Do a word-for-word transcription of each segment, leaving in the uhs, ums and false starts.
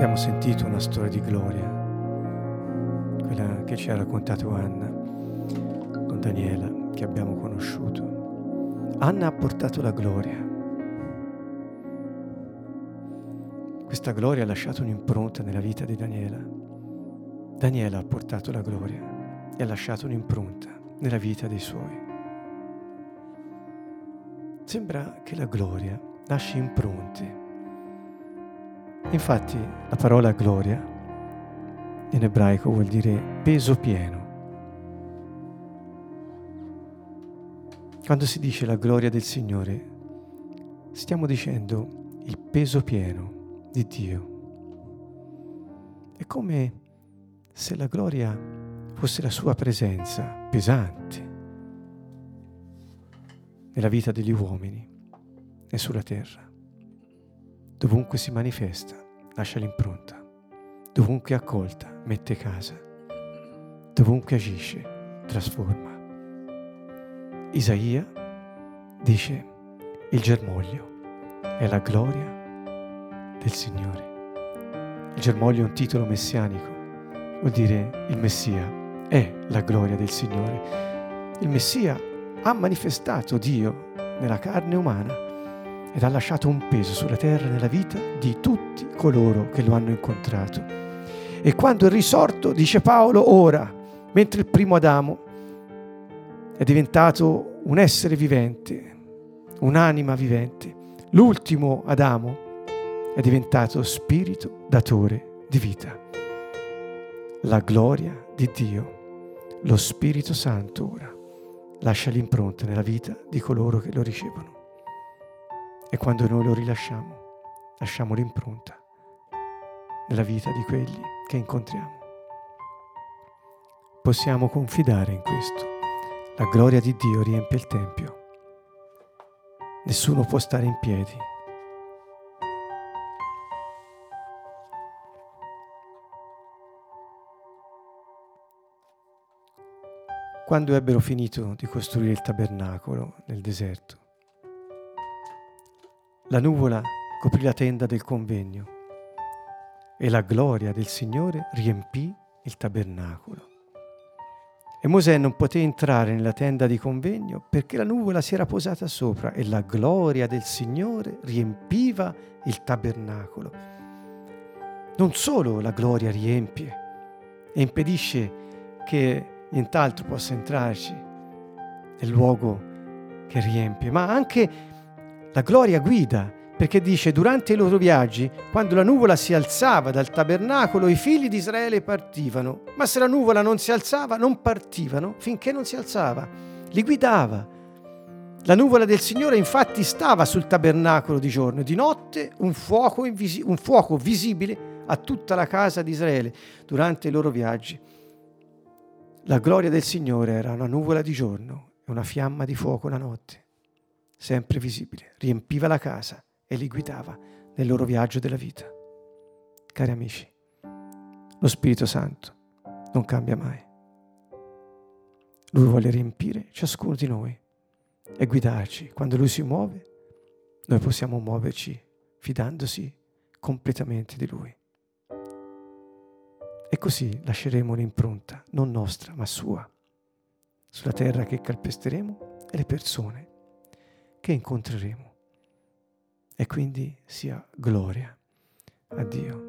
Abbiamo sentito una storia di gloria, quella che ci ha raccontato Anna con Daniela, che abbiamo conosciuto. Anna ha portato la gloria. Questa gloria ha lasciato un'impronta nella vita di Daniela. Daniela ha portato la gloria e ha lasciato un'impronta nella vita dei suoi. Sembra che la gloria lasci impronte. Infatti la parola gloria in ebraico vuol dire peso pieno. Quando si dice la gloria del Signore, stiamo dicendo il peso pieno di Dio. È come se la gloria fosse la sua presenza pesante nella vita degli uomini e sulla terra. Dovunque si manifesta, lascia l'impronta. Dovunque è accolta, mette casa. Dovunque agisce, trasforma. Isaia dice: il germoglio è la gloria del Signore. Il germoglio è un titolo messianico, vuol dire il Messia è la gloria del Signore. Il Messia ha manifestato Dio nella carne umana ed ha lasciato un peso sulla terra nella vita di tutti coloro che lo hanno incontrato. E quando è risorto, dice Paolo, ora, mentre il primo Adamo è diventato un essere vivente, un'anima vivente, l'ultimo Adamo è diventato spirito datore di vita. La gloria di Dio, lo Spirito Santo ora, lascia l'impronta nella vita di coloro che lo ricevono. E quando noi lo rilasciamo, lasciamo l'impronta nella vita di quelli che incontriamo. Possiamo confidare in questo. La gloria di Dio riempie il Tempio. Nessuno può stare in piedi. Quando ebbero finito di costruire il tabernacolo nel deserto, la nuvola coprì la tenda del convegno e la gloria del Signore riempì il tabernacolo. E Mosè non poté entrare nella tenda di convegno perché la nuvola si era posata sopra e la gloria del Signore riempiva il tabernacolo. Non solo la gloria riempie e impedisce che nient'altro possa entrarci nel luogo che riempie, ma anche la gloria guida, perché dice: durante i loro viaggi, quando la nuvola si alzava dal tabernacolo, i figli di Israele partivano, ma se la nuvola non si alzava, non partivano finché non si alzava. Li guidava. La nuvola del Signore infatti stava sul tabernacolo di giorno e di notte un fuoco, invisi- un fuoco visibile a tutta la casa di Israele durante i loro viaggi. La gloria del Signore era una nuvola di giorno e una fiamma di fuoco la notte, sempre visibile, riempiva la casa e li guidava nel loro viaggio della vita. Cari amici, lo Spirito Santo non cambia mai. Lui vuole riempire ciascuno di noi e guidarci. Quando Lui si muove, noi possiamo muoverci fidandosi completamente di Lui. E così lasceremo un'impronta, non nostra, ma sua, sulla terra che calpesteremo e le persone che incontreremo. E quindi sia gloria a Dio.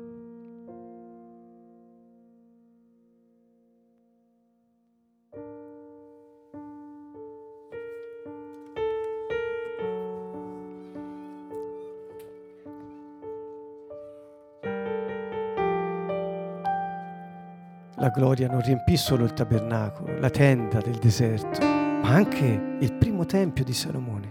La gloria non riempì solo il tabernacolo, la tenda del deserto, ma anche il primo tempio di Salomone.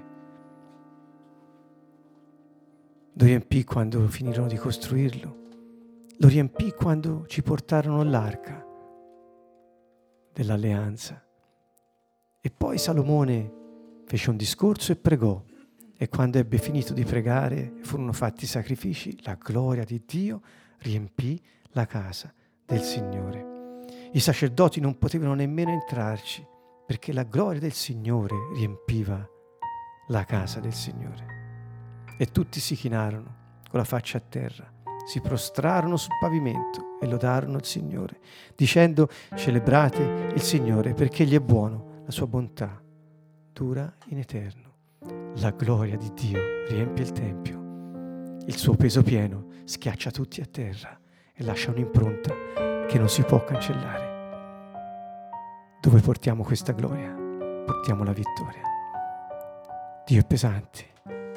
Lo riempì quando finirono di costruirlo. Lo riempì quando ci portarono l'arca dell'alleanza. E poi Salomone fece un discorso e pregò. E quando ebbe finito di pregare, furono fatti i sacrifici, la gloria di Dio riempì la casa del Signore. I sacerdoti non potevano nemmeno entrarci perché la gloria del Signore riempiva la casa del Signore. E tutti si chinarono con la faccia a terra si prostrarono sul pavimento e lodarono il Signore, dicendo: celebrate il Signore perché Egli è buono, la sua bontà dura in eterno. La gloria di Dio riempie il Tempio, il suo peso pieno schiaccia tutti a terra e lascia un'impronta che non si può cancellare. Dove portiamo questa gloria? Portiamo la vittoria. Dio è pesante.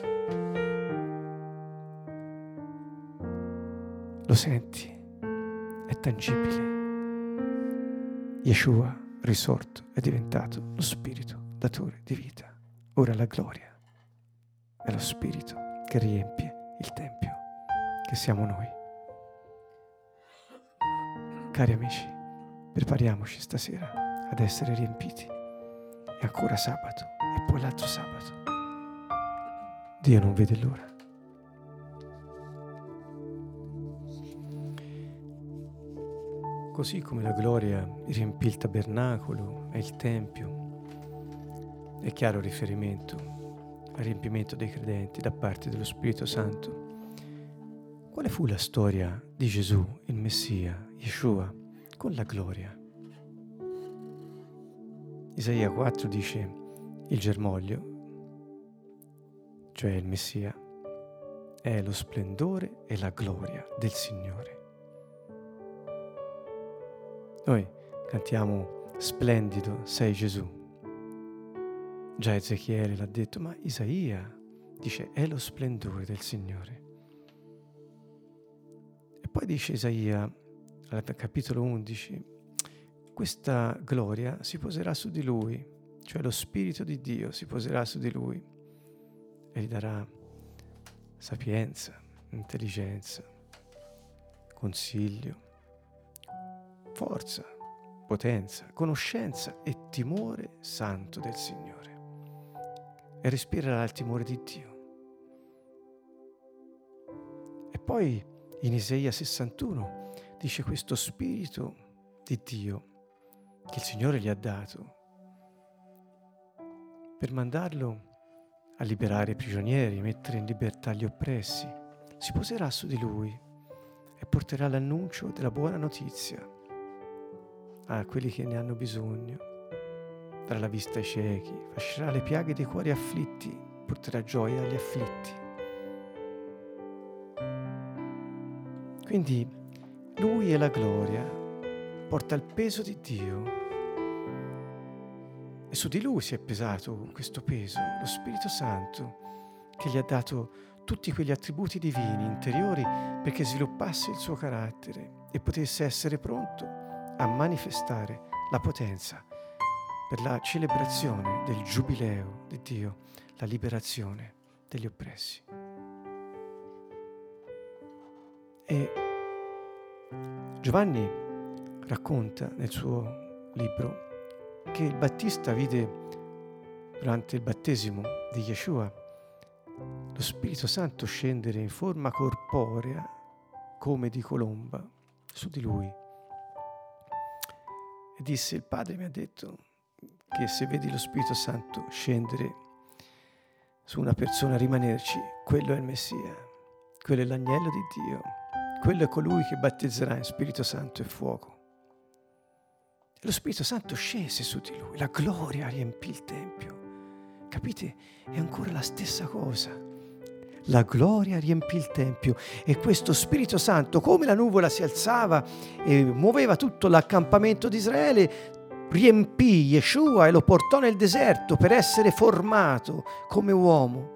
Lo senti? È tangibile. Yeshua, risorto, è diventato lo Spirito datore di vita. Ora la gloria è lo Spirito che riempie il Tempio, che siamo noi. Cari amici, prepariamoci stasera ad essere riempiti. È ancora sabato e poi l'altro sabato. Dio non vede l'ora. Così come la gloria riempì il tabernacolo e il Tempio, è chiaro riferimento al riempimento dei credenti da parte dello Spirito Santo. Quale fu la storia di Gesù, il Messia, Yeshua, con la gloria? Isaia quattro dice: il germoglio, cioè il Messia, è lo splendore e la gloria del Signore. Noi cantiamo splendido sei Gesù. Già Ezechiele l'ha detto, ma Isaia dice è lo splendore del Signore. E poi dice Isaia, al capitolo undici, questa gloria si poserà su di lui, cioè lo Spirito di Dio si poserà su di lui e gli darà sapienza, intelligenza, consiglio, forza, potenza, conoscenza e timore santo del Signore. E respirerà il timore di Dio. E poi in Isaia sessantuno dice questo Spirito di Dio che il Signore gli ha dato per mandarlo a liberare i prigionieri, mettere in libertà gli oppressi, si poserà su di lui e porterà l'annuncio della buona notizia a quelli che ne hanno bisogno, darà la vista ai ciechi, fascerà le piaghe dei cuori afflitti, porterà gioia agli afflitti. Quindi lui è la gloria, porta il peso di Dio e su di lui si è pesato questo peso, lo Spirito Santo che gli ha dato tutti quegli attributi divini interiori perché sviluppasse il suo carattere e potesse essere pronto a manifestare la potenza per la celebrazione del giubileo di Dio, la liberazione degli oppressi. E Giovanni racconta nel suo libro che il Battista vide durante il battesimo di Yeshua lo Spirito Santo scendere in forma corporea come di colomba su di lui. E disse: il Padre mi ha detto che se vedi lo Spirito Santo scendere su una persona, rimanerci, quello è il Messia, quello è l'agnello di Dio, quello è colui che battezzerà in Spirito Santo e fuoco. E lo Spirito Santo scese su di lui, la gloria riempì il Tempio. Capite? È ancora la stessa cosa. La gloria riempì il Tempio e questo Spirito Santo, come la nuvola si alzava e muoveva tutto l'accampamento di Israele, riempì Yeshua e lo portò nel deserto per essere formato come uomo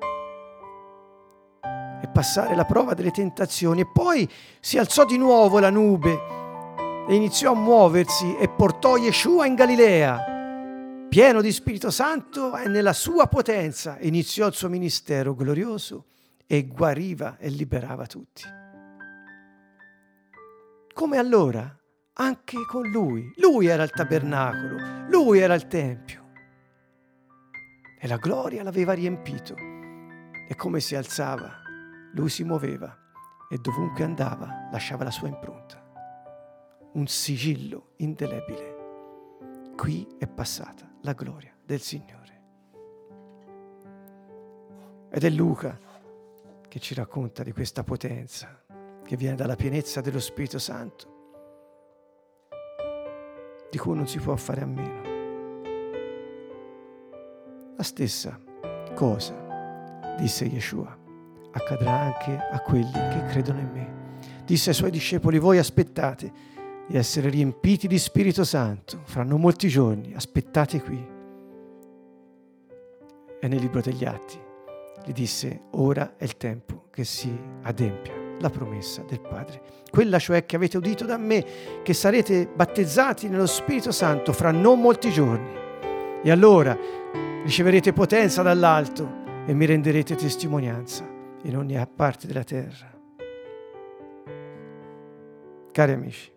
e passare la prova delle tentazioni. E poi si alzò di nuovo la nube e iniziò a muoversi e portò Yeshua in Galilea, pieno di Spirito Santo e nella sua potenza iniziò il suo ministero glorioso e guariva e liberava tutti. Come allora, anche con lui. Lui era il tabernacolo, lui era il Tempio. E la gloria l'aveva riempito. E come si alzava, lui si muoveva e dovunque andava lasciava la sua impronta. Un sigillo indelebile. Qui è passata la gloria del Signore. Ed è Luca che ci racconta di questa potenza che viene dalla pienezza dello Spirito Santo, di cui non si può fare a meno. La stessa cosa, disse Yeshua, accadrà anche a quelli che credono in me. Disse ai suoi discepoli: voi aspettate di essere riempiti di Spirito Santo, fra non molti giorni, aspettate qui. E nel libro degli Atti gli disse: ora è il tempo che si adempia la promessa del Padre, quella cioè che avete udito da me, che sarete battezzati nello Spirito Santo fra non molti giorni, e allora riceverete potenza dall'alto e mi renderete testimonianza in ogni parte della terra. Cari amici,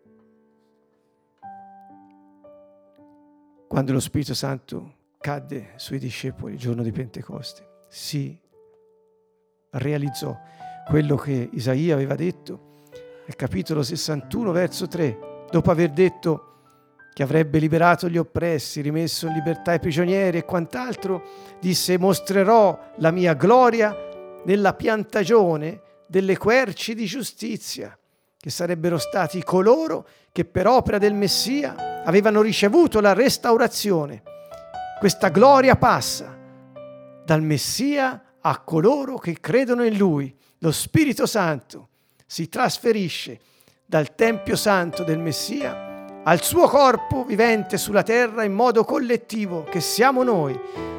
quando lo Spirito Santo cadde sui discepoli il giorno di Pentecoste, si realizzò quello che Isaia aveva detto nel capitolo sessantuno, verso tre, dopo aver detto che avrebbe liberato gli oppressi, rimesso in libertà i prigionieri e quant'altro, disse: mostrerò la mia gloria nella piantagione delle querci di giustizia, che sarebbero stati coloro che per opera del Messia avevano ricevuto la restaurazione. Questa gloria passa dal Messia a coloro che credono in Lui. Lo Spirito Santo si trasferisce dal Tempio Santo del Messia al suo corpo vivente sulla terra in modo collettivo, che siamo noi.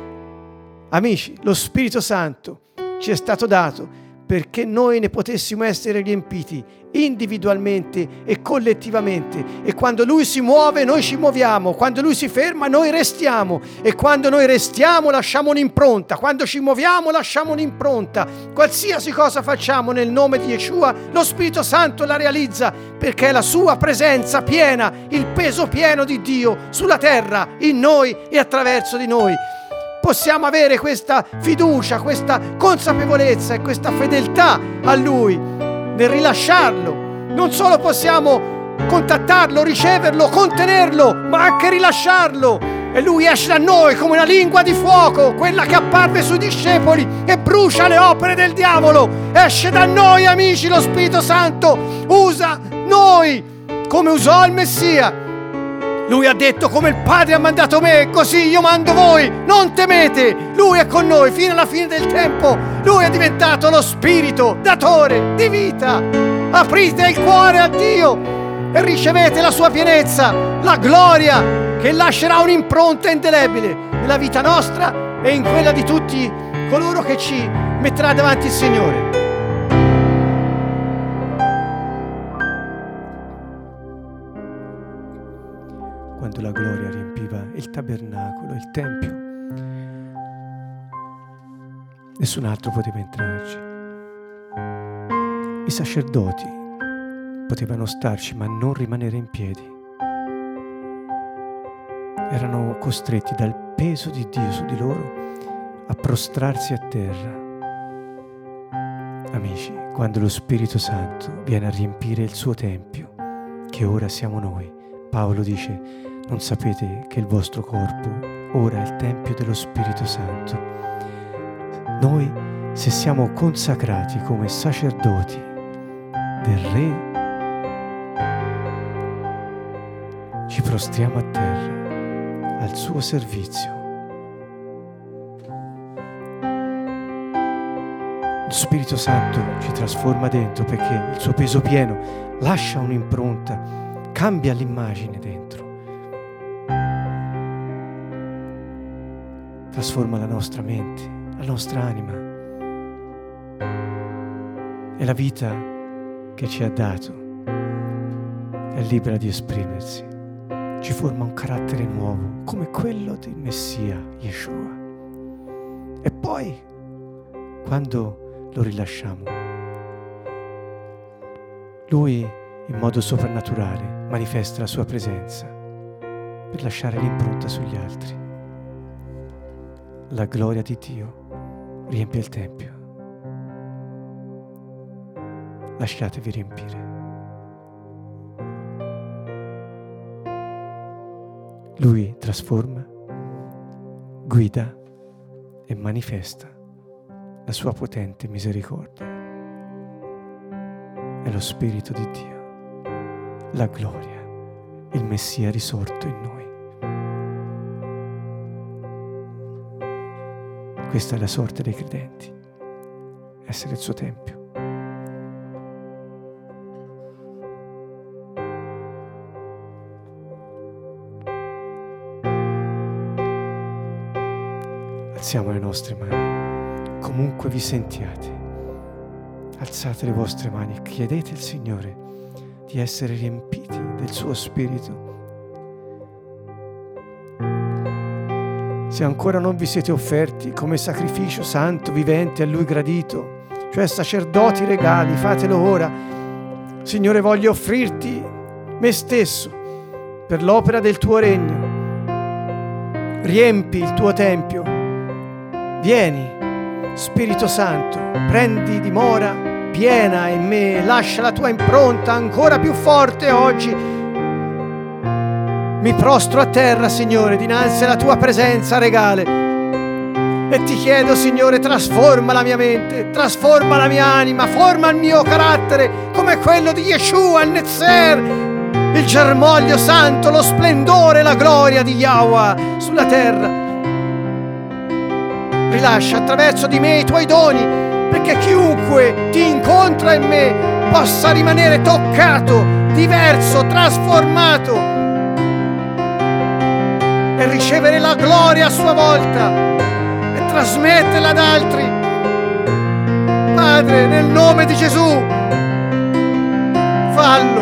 Amici, lo Spirito Santo ci è stato dato perché noi ne potessimo essere riempiti individualmente e collettivamente, e quando Lui si muove noi ci muoviamo, quando Lui si ferma noi restiamo, e quando noi restiamo lasciamo un'impronta, quando ci muoviamo lasciamo un'impronta. Qualsiasi cosa facciamo nel nome di Yeshua, lo Spirito Santo la realizza, perché è la sua presenza piena, il peso pieno di Dio sulla terra, in noi e attraverso di noi. Possiamo avere questa fiducia, questa consapevolezza e questa fedeltà a Lui nel rilasciarlo. Non solo possiamo contattarlo, riceverlo, contenerlo, ma anche rilasciarlo. E Lui esce da noi come una lingua di fuoco, quella che apparve sui discepoli e brucia le opere del diavolo. Esce da noi, amici, lo Spirito Santo usa noi come usò il Messia. Lui ha detto: come il Padre ha mandato me, così io mando voi, non temete. Lui è con noi fino alla fine del tempo. Lui è diventato lo Spirito datore di vita. Aprite il cuore a Dio e ricevete la sua pienezza, la gloria che lascerà un'impronta indelebile nella vita nostra e in quella di tutti coloro che ci metterà davanti il Signore. Quando la gloria riempiva il tabernacolo, il tempio, nessun altro poteva entrarci. I sacerdoti potevano starci, ma non rimanere in piedi. Erano costretti dal peso di Dio su di loro a prostrarsi a terra. Amici, quando lo Spirito Santo viene a riempire il suo tempio, che ora siamo noi, Paolo dice: non sapete che il vostro corpo ora è il Tempio dello Spirito Santo? Noi, se siamo consacrati come sacerdoti del Re, ci prostriamo a terra al suo servizio. Lo Spirito Santo ci trasforma dentro, perché il suo peso pieno lascia un'impronta, cambia l'immagine dentro. Trasforma la nostra mente, la nostra anima, e la vita che ci ha dato è libera di esprimersi. Ci forma un carattere nuovo, come quello del Messia, Yeshua. E poi, quando lo rilasciamo, Lui, in modo soprannaturale, manifesta la sua presenza per lasciare l'impronta sugli altri. La gloria di Dio riempie il Tempio. Lasciatevi riempire. Lui trasforma, guida e manifesta la sua potente misericordia. è lo Spirito di Dio, la gloria, il Messia risorto in noi. Questa è la sorte dei credenti, essere il suo Tempio. Alziamo le nostre mani, comunque vi sentiate. Alzate le vostre mani e chiedete al Signore di essere riempiti del suo Spirito. Se ancora non vi siete offerti come sacrificio santo, vivente, a Lui gradito, cioè sacerdoti regali, fatelo ora. Signore, voglio offrirti me stesso per l'opera del tuo regno. Riempi il tuo Tempio. Vieni, Spirito Santo, prendi dimora piena in me, lascia la tua impronta ancora più forte oggi. Mi prostro a terra, Signore, dinanzi alla tua presenza regale e ti chiedo, Signore, trasforma la mia mente, trasforma la mia anima, forma il mio carattere come quello di Yeshua, il Netzer, il germoglio santo, lo splendore, la gloria di Yahweh sulla terra. Rilascia attraverso di me i tuoi doni, perché chiunque ti incontra in me possa rimanere toccato, diverso, trasformato e ricevere la gloria a sua volta e trasmetterla ad altri. Padre, nel nome di Gesù, fallo.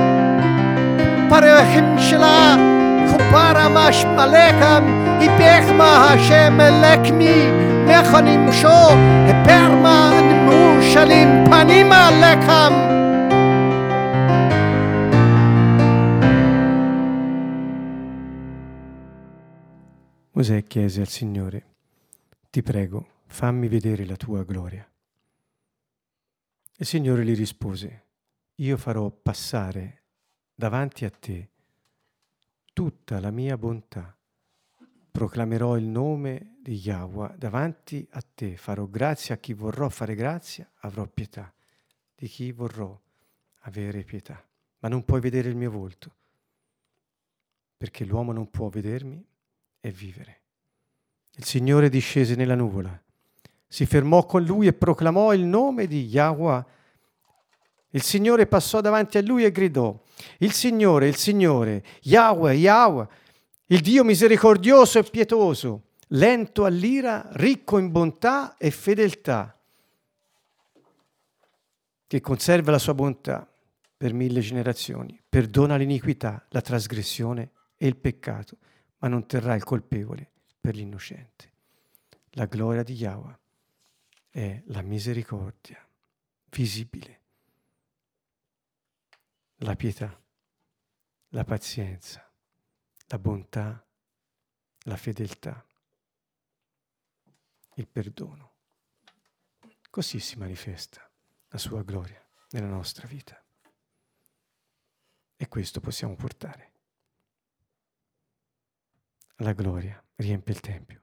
Parehim Shela, Kuparamash Malekam. Ipechma Hashem Lekmi Mechanim Sho Perma Mushalim Panima Lekam. Mosè chiese al Signore: ti prego, fammi vedere la tua gloria. Il Signore gli rispose: io farò passare davanti a te tutta la mia bontà. Proclamerò il nome di Yahweh davanti a te, farò grazia a chi vorrò fare grazia, avrò pietà di chi vorrò avere pietà. Ma non puoi vedere il mio volto, perché l'uomo non può vedermi e vivere. Il Signore discese nella nuvola, si fermò con lui e proclamò il nome di Yahweh. Il Signore passò davanti a lui e gridò: il Signore, il Signore, Yahweh, Yahweh, il Dio misericordioso e pietoso, lento all'ira, ricco in bontà e fedeltà, che conserva la sua bontà per mille generazioni, perdona l'iniquità, la trasgressione e il peccato, ma non terrà il colpevole per l'innocente. La gloria di Yahweh è la misericordia visibile, la pietà, la pazienza, la bontà, la fedeltà, il perdono. Così si manifesta la sua gloria nella nostra vita. E questo possiamo portare. La gloria riempie il Tempio.